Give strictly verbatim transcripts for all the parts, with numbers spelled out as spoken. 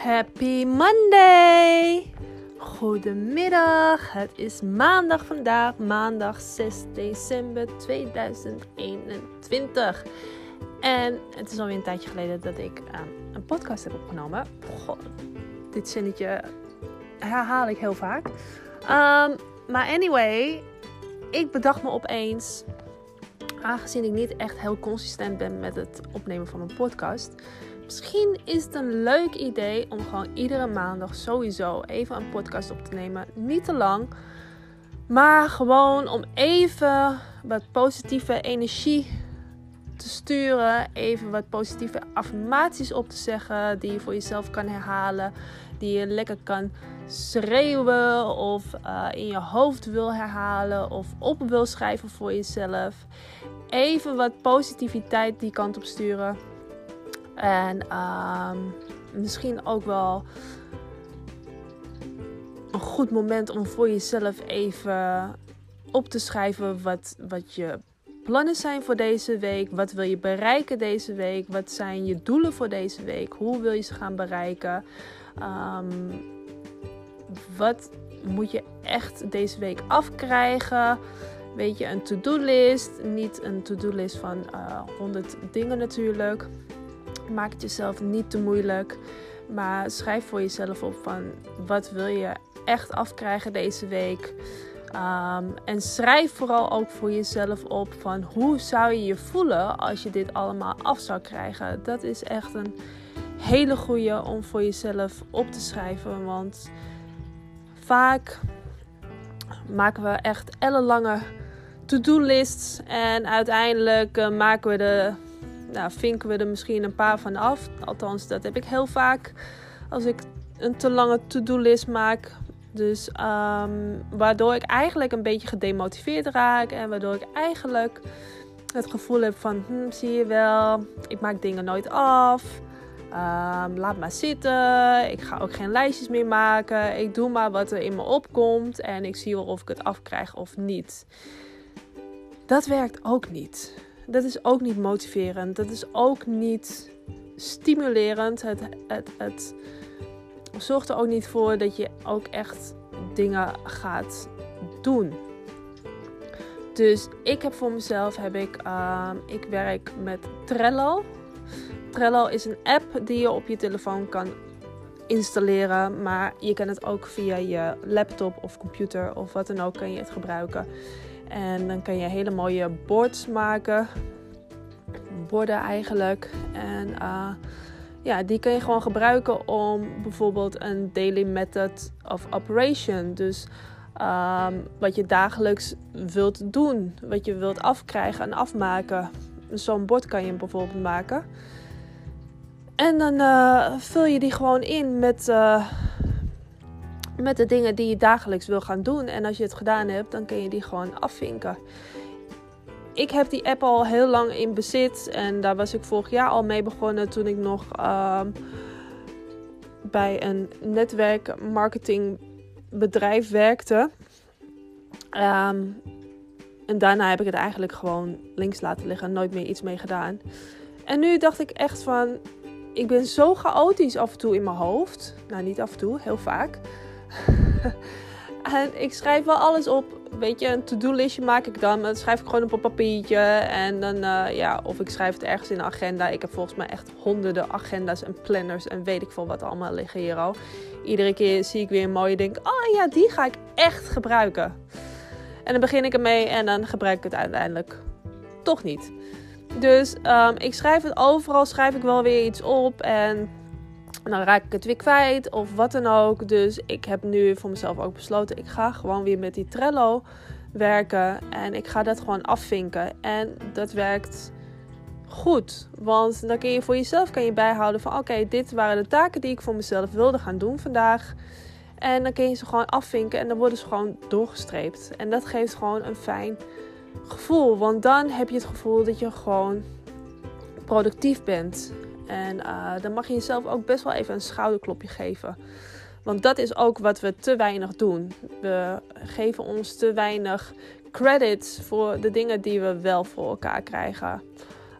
Happy Monday! Goedemiddag, het is maandag vandaag, maandag zes december tweeduizend eenentwintig. En het is alweer een tijdje geleden dat ik um, een podcast heb opgenomen. God, dit zinnetje herhaal ik heel vaak. Um, maar anyway, ik bedacht me opeens, aangezien ik niet echt heel consistent ben met het opnemen van mijn podcast, misschien is het een leuk idee om gewoon iedere maandag sowieso even een podcast op te nemen. Niet te lang, maar gewoon om even wat positieve energie te sturen. Even wat positieve affirmaties op te zeggen die je voor jezelf kan herhalen. Die je lekker kan schreeuwen of uh, in je hoofd wil herhalen of op wil schrijven voor jezelf. Even wat positiviteit die kant op sturen. En uh, misschien ook wel een goed moment om voor jezelf even op te schrijven wat, wat je plannen zijn voor deze week. Wat wil je bereiken deze week? Wat zijn je doelen voor deze week? Hoe wil je ze gaan bereiken? Um, wat moet je echt deze week afkrijgen? Weet je, een to-do-list. Niet een to-do-list van uh, honderd dingen natuurlijk. Maak het jezelf niet te moeilijk. Maar schrijf voor jezelf op van wat wil je echt afkrijgen deze week. Um, en schrijf vooral ook voor jezelf op van hoe zou je je voelen als je dit allemaal af zou krijgen. Dat is echt een hele goeie om voor jezelf op te schrijven. Want vaak maken we echt ellenlange to-do-lists. En uiteindelijk uh, maken we de... Nou, vinken we er misschien een paar van af. Althans, dat heb ik heel vaak als ik een te lange to-do-list maak. Dus um, waardoor ik eigenlijk een beetje gedemotiveerd raak. En waardoor ik eigenlijk het gevoel heb van, hm, zie je wel, ik maak dingen nooit af. Um, laat maar zitten. Ik ga ook geen lijstjes meer maken. Ik doe maar wat er in me opkomt. En ik zie wel of ik het afkrijg of niet. Dat werkt ook niet. Dat is ook niet motiverend. Dat is ook niet stimulerend. Het, het, het zorgt er ook niet voor dat je ook echt dingen gaat doen. Dus ik heb voor mezelf, heb ik, uh, ik werk met Trello. Trello is een app die je op je telefoon kan installeren. Maar je kan het ook via je laptop of computer of wat dan ook kan je het gebruiken. En dan kan je hele mooie boards maken. Borden eigenlijk. En uh, ja, die kun je gewoon gebruiken om bijvoorbeeld een daily method of operation. Dus um, wat je dagelijks wilt doen. Wat je wilt afkrijgen en afmaken. Zo'n bord kan je bijvoorbeeld maken. En dan uh, vul je die gewoon in met... Uh, Met de dingen die je dagelijks wil gaan doen. En als je het gedaan hebt, dan kun je die gewoon afvinken. Ik heb die app al heel lang in bezit. En daar was ik vorig jaar al mee begonnen. Toen ik nog uh, bij een netwerkmarketingbedrijf werkte. Um, en daarna heb ik het eigenlijk gewoon links laten liggen. Nooit meer iets mee gedaan. En nu dacht ik echt van... Ik ben zo chaotisch af en toe in mijn hoofd. Nou, niet af en toe, heel vaak. En ik schrijf wel alles op. Weet je, een to-do-listje maak ik dan. Maar dan schrijf ik gewoon op een papiertje. En dan, uh, ja, of ik schrijf het ergens in een agenda. Ik heb volgens mij echt honderden agenda's en planners. En weet ik veel wat allemaal liggen hier al. Iedere keer zie ik weer een mooie denk. Oh ja, die ga ik echt gebruiken. En dan begin ik ermee. En dan gebruik ik het uiteindelijk toch niet. Dus um, ik schrijf het overal. Schrijf ik wel weer iets op. En... En dan raak ik het weer kwijt of wat dan ook. Dus ik heb nu voor mezelf ook besloten. Ik ga gewoon weer met die Trello werken. En ik ga dat gewoon afvinken. En dat werkt goed. Want dan kun je voor jezelf kan je bijhouden van... Oké, okay, dit waren de taken die ik voor mezelf wilde gaan doen vandaag. En dan kun je ze gewoon afvinken. En dan worden ze gewoon doorgestreept. En dat geeft gewoon een fijn gevoel. Want dan heb je het gevoel dat je gewoon productief bent. En uh, dan mag je jezelf ook best wel even een schouderklopje geven. Want dat is ook wat we te weinig doen. We geven ons te weinig credits voor de dingen die we wel voor elkaar krijgen.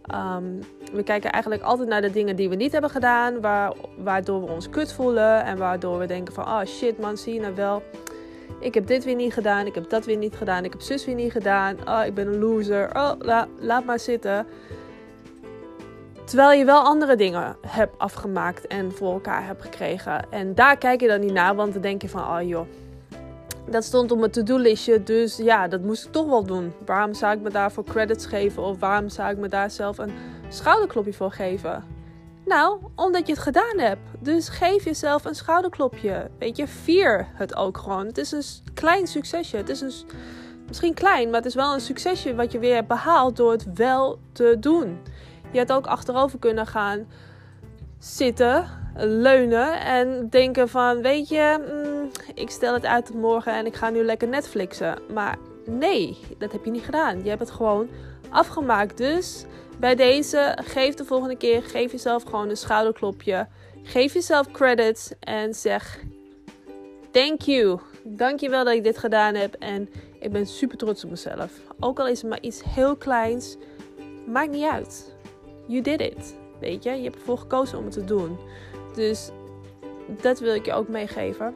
Um, we kijken eigenlijk altijd naar de dingen die we niet hebben gedaan. Waar, waardoor we ons kut voelen. En waardoor we denken van, oh shit man, zie je nou wel. Ik heb dit weer niet gedaan. Ik heb dat weer niet gedaan. Ik heb zus weer niet gedaan. Oh, ik ben een loser. Oh, la, laat maar zitten. Terwijl je wel andere dingen hebt afgemaakt en voor elkaar hebt gekregen. En daar kijk je dan niet naar, want dan denk je van, oh joh. Dat stond op mijn to-do-listje, dus ja, dat moest ik toch wel doen. Waarom zou ik me daarvoor credits geven? Of waarom zou ik me daar zelf een schouderklopje voor geven? Nou, omdat je het gedaan hebt. Dus geef jezelf een schouderklopje. Weet je, vier het ook gewoon. Het is een klein succesje. Het is een, misschien klein, maar het is wel een succesje wat je weer hebt behaald door het wel te doen. Je had ook achterover kunnen gaan zitten, leunen en denken van, weet je, mm, ik stel het uit tot morgen en ik ga nu lekker Netflixen. Maar nee, dat heb je niet gedaan. Je hebt het gewoon afgemaakt. Dus bij deze, geef de volgende keer, geef jezelf gewoon een schouderklopje. Geef jezelf credits en zeg, thank you. Dank je wel dat ik dit gedaan heb en ik ben super trots op mezelf. Ook al is het maar iets heel kleins, maakt niet uit. You did it. Weet je, je hebt ervoor gekozen om het te doen. Dus dat wil ik je ook meegeven.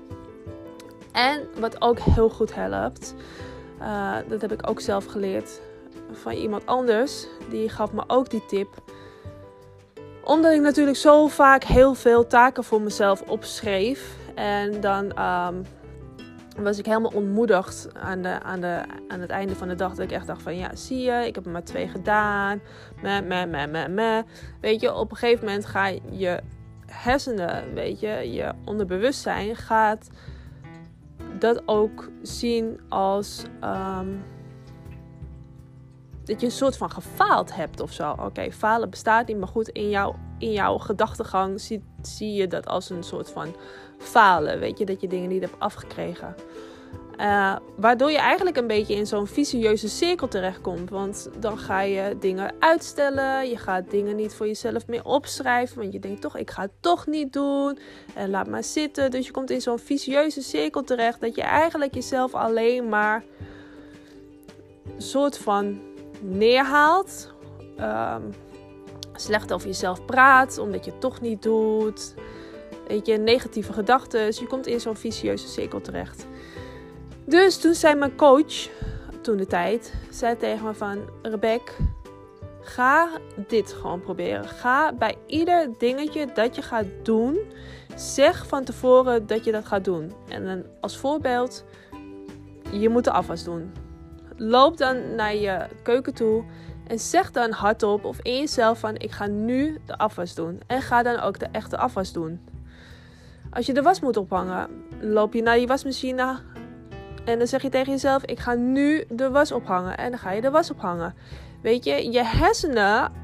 En wat ook heel goed helpt, uh, dat heb ik ook zelf geleerd van iemand anders. Die gaf me ook die tip. Omdat ik natuurlijk zo vaak heel veel taken voor mezelf opschreef. En dan um, was ik helemaal ontmoedigd aan, de, aan, de, aan het einde van de dag. Dat ik echt dacht van, ja, zie je, ik heb er maar twee gedaan. Meh, meh, meh, meh, meh. Weet je, op een gegeven moment ga je hersenen, weet je, je onderbewustzijn gaat dat ook zien als um, dat je een soort van gefaald hebt of zo. Oké, okay, falen bestaat niet, maar goed, in, jou, in jouw gedachtegang zie, zie je dat als een soort van falen. Weet je, dat je dingen niet hebt afgekregen. Uh, waardoor je eigenlijk een beetje in zo'n vicieuze cirkel terechtkomt. Want dan ga je dingen uitstellen. Je gaat dingen niet voor jezelf meer opschrijven. Want je denkt toch, ik ga het toch niet doen. En laat maar zitten. Dus je komt in zo'n vicieuze cirkel terecht. Dat je eigenlijk jezelf alleen maar een soort van neerhaalt. Um, slecht over jezelf praat. Omdat je het toch niet doet. Weet je, negatieve gedachten. Dus je komt in zo'n vicieuze cirkel terecht. Dus toen zei mijn coach, toen de tijd, zei tegen me van, Rebek, ga dit gewoon proberen. Ga bij ieder dingetje dat je gaat doen, zeg van tevoren dat je dat gaat doen. En dan als voorbeeld, je moet de afwas doen. Loop dan naar je keuken toe en zeg dan hardop of in jezelf van, ik ga nu de afwas doen. En ga dan ook de echte afwas doen. Als je de was moet ophangen, loop je naar die wasmachine. En dan zeg je tegen jezelf, ik ga nu de was ophangen. En dan ga je de was ophangen. Weet je, je hersenen,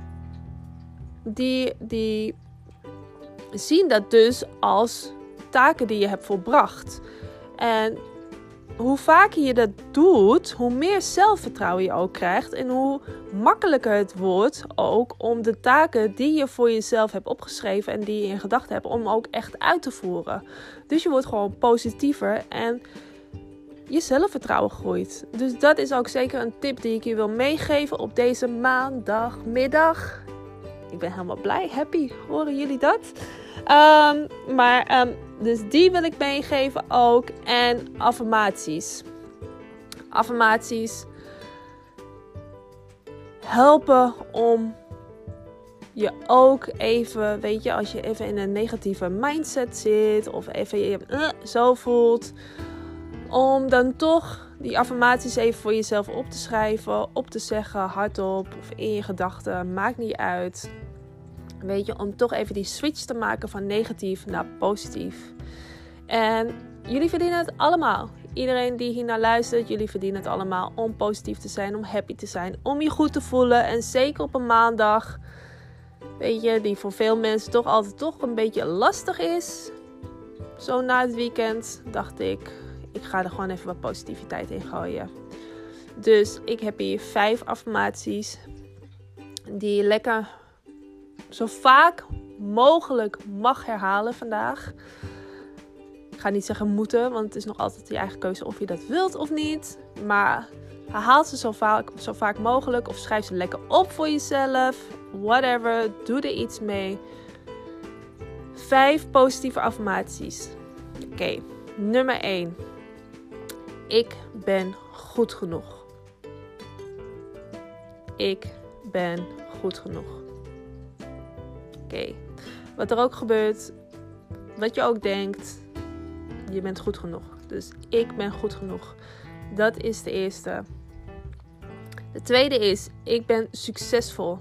die, die zien dat dus als taken die je hebt volbracht. En hoe vaker je dat doet, hoe meer zelfvertrouwen je ook krijgt. En hoe makkelijker het wordt ook om de taken die je voor jezelf hebt opgeschreven en die je in gedachten hebt, om ook echt uit te voeren. Dus je wordt gewoon positiever en je zelfvertrouwen groeit. Dus dat is ook zeker een tip die ik je wil meegeven op deze maandagmiddag. Ik ben helemaal blij, happy. Horen jullie dat? Um, maar, um, dus die wil ik meegeven ook. En affirmaties. Affirmaties helpen om je ook even, weet je, als je even in een negatieve mindset zit of even je uh, zo voelt, om dan toch die affirmaties even voor jezelf op te schrijven, op te zeggen, hardop of in je gedachten, maakt niet uit. Weet je, om toch even die switch te maken van negatief naar positief. En jullie verdienen het allemaal. Iedereen die hier naar luistert, jullie verdienen het allemaal om positief te zijn, om happy te zijn, om je goed te voelen. En zeker op een maandag, weet je, die voor veel mensen toch altijd toch een beetje lastig is. Zo na het weekend dacht ik, ik ga er gewoon even wat positiviteit in gooien. Dus ik heb hier vijf affirmaties die je lekker zo vaak mogelijk mag herhalen vandaag. Ik ga niet zeggen moeten, want het is nog altijd je eigen keuze of je dat wilt of niet. Maar herhaal ze zo vaak, zo vaak mogelijk of schrijf ze lekker op voor jezelf. whatever. Doe er iets mee. Vijf positieve affirmaties. Oké, okay. Nummer één. Ik ben goed genoeg. Ik ben goed genoeg. Oké, okay. Wat er ook gebeurt, wat je ook denkt, je bent goed genoeg. Dus ik ben goed genoeg. Dat is de eerste. De tweede is, ik ben succesvol.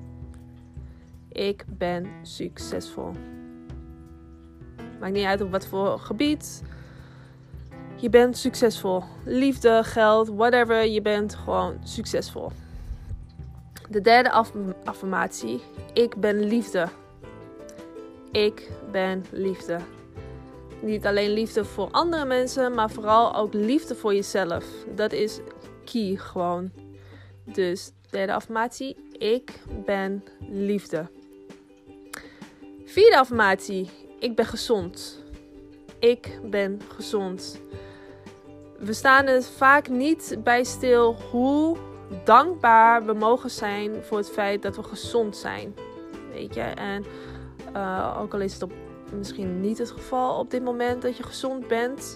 Ik ben succesvol. Maakt niet uit op wat voor gebied. Je bent succesvol. Liefde, geld, whatever. Je bent gewoon succesvol. De derde aff- affirmatie. Ik ben liefde. Ik ben liefde. Niet alleen liefde voor andere mensen, maar vooral ook liefde voor jezelf. Dat is key gewoon. Dus derde affirmatie. Ik ben liefde. Vierde affirmatie. Ik ben gezond. Ik ben gezond. We staan er vaak niet bij stil hoe dankbaar we mogen zijn voor het feit dat we gezond zijn. Weet je, en uh, ook al is het op, misschien niet het geval op dit moment dat je gezond bent.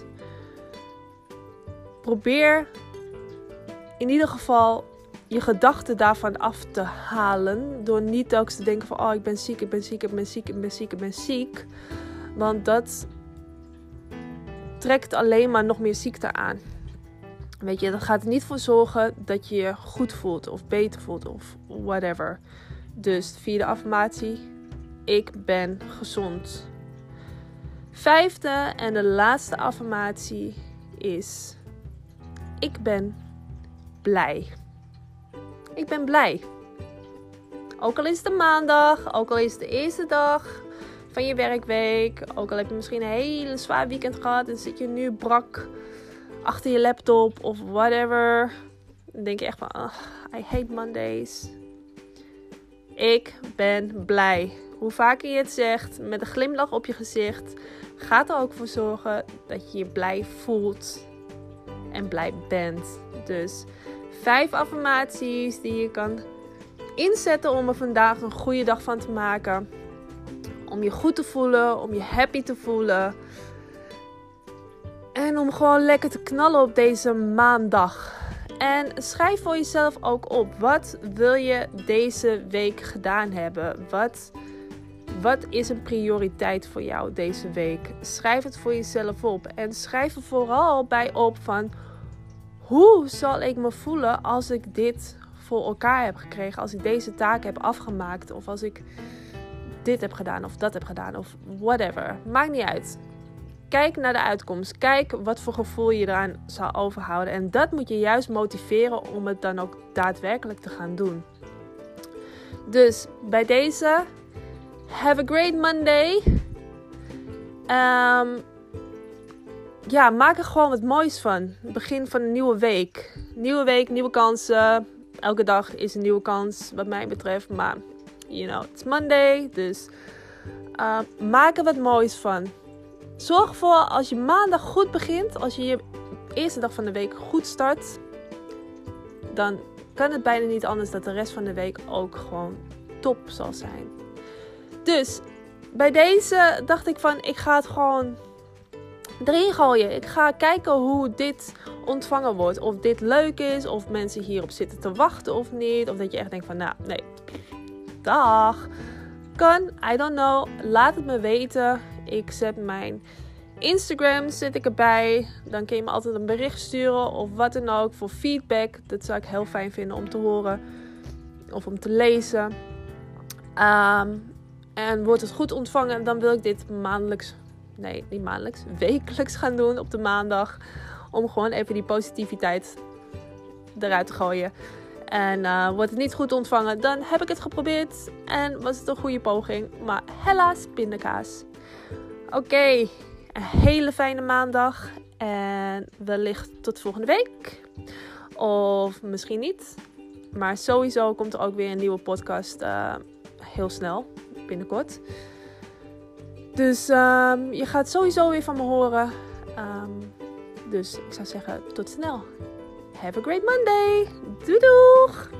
Probeer in ieder geval je gedachten daarvan af te halen. Door niet telkens te denken van, oh ik ben ziek, ik ben ziek, ik ben ziek, ik ben ziek, ik ben ziek. Want dat trekt alleen maar nog meer ziekte aan. Weet je, dat gaat er niet voor zorgen dat je je goed voelt of beter voelt of whatever. Dus de vierde affirmatie. Ik ben gezond. Vijfde en de laatste affirmatie is. Ik ben blij. Ik ben blij. Ook al is het een maandag, ook al is het de eerste dag van je werkweek, ook al heb je misschien een hele zwaar weekend gehad en zit je nu brak achter je laptop of whatever. Dan denk je echt van, oh, I hate Mondays. Ik ben blij. Hoe vaker je het zegt, met een glimlach op je gezicht, gaat er ook voor zorgen dat je je blij voelt en blij bent. Dus vijf affirmaties die je kan inzetten om er vandaag een goede dag van te maken. Om je goed te voelen, om je happy te voelen. En om gewoon lekker te knallen op deze maandag. En schrijf voor jezelf ook op. Wat wil je deze week gedaan hebben? Wat, wat is een prioriteit voor jou deze week? Schrijf het voor jezelf op. En schrijf er vooral bij op van, hoe zal ik me voelen als ik dit voor elkaar heb gekregen? Als ik deze taak heb afgemaakt. Of als ik dit heb gedaan of dat heb gedaan. Of whatever. Maakt niet uit. Kijk naar de uitkomst. Kijk wat voor gevoel je eraan zal overhouden. En dat moet je juist motiveren om het dan ook daadwerkelijk te gaan doen. Dus bij deze, have a great Monday. Um, ja, maak er gewoon wat moois van. Het begin van een nieuwe week. Nieuwe week, nieuwe kansen. Elke dag is een nieuwe kans wat mij betreft. Maar, you know, it's Monday. Dus uh, maak er wat moois van. Zorg ervoor als je maandag goed begint. Als je je eerste dag van de week goed start. Dan kan het bijna niet anders dat de rest van de week ook gewoon top zal zijn. Dus bij deze dacht ik van, ik ga het gewoon erin gooien. Ik ga kijken hoe dit ontvangen wordt. Of dit leuk is. Of mensen hierop zitten te wachten of niet. Of dat je echt denkt van, nou, nee. Dag. Kan, I don't know. Laat het me weten. Ik zet mijn Instagram, zet ik erbij. Dan kun je me altijd een bericht sturen. Of wat dan ook. Voor feedback. Dat zou ik heel fijn vinden om te horen. Of om te lezen. Um, en wordt het goed ontvangen. Dan wil ik dit maandelijks. Nee, niet maandelijks. Wekelijks gaan doen op de maandag. Om gewoon even die positiviteit eruit te gooien. En uh, wordt het niet goed ontvangen, dan heb ik het geprobeerd. En was het een goede poging. Maar helaas, pindakaas. Oké, okay, een hele fijne maandag. En wellicht tot volgende week. Of misschien niet. Maar sowieso komt er ook weer een nieuwe podcast. Uh, heel snel, binnenkort. Dus um, je gaat sowieso weer van me horen. Um, dus ik zou zeggen, tot snel. Have a great Monday. Doei doeg!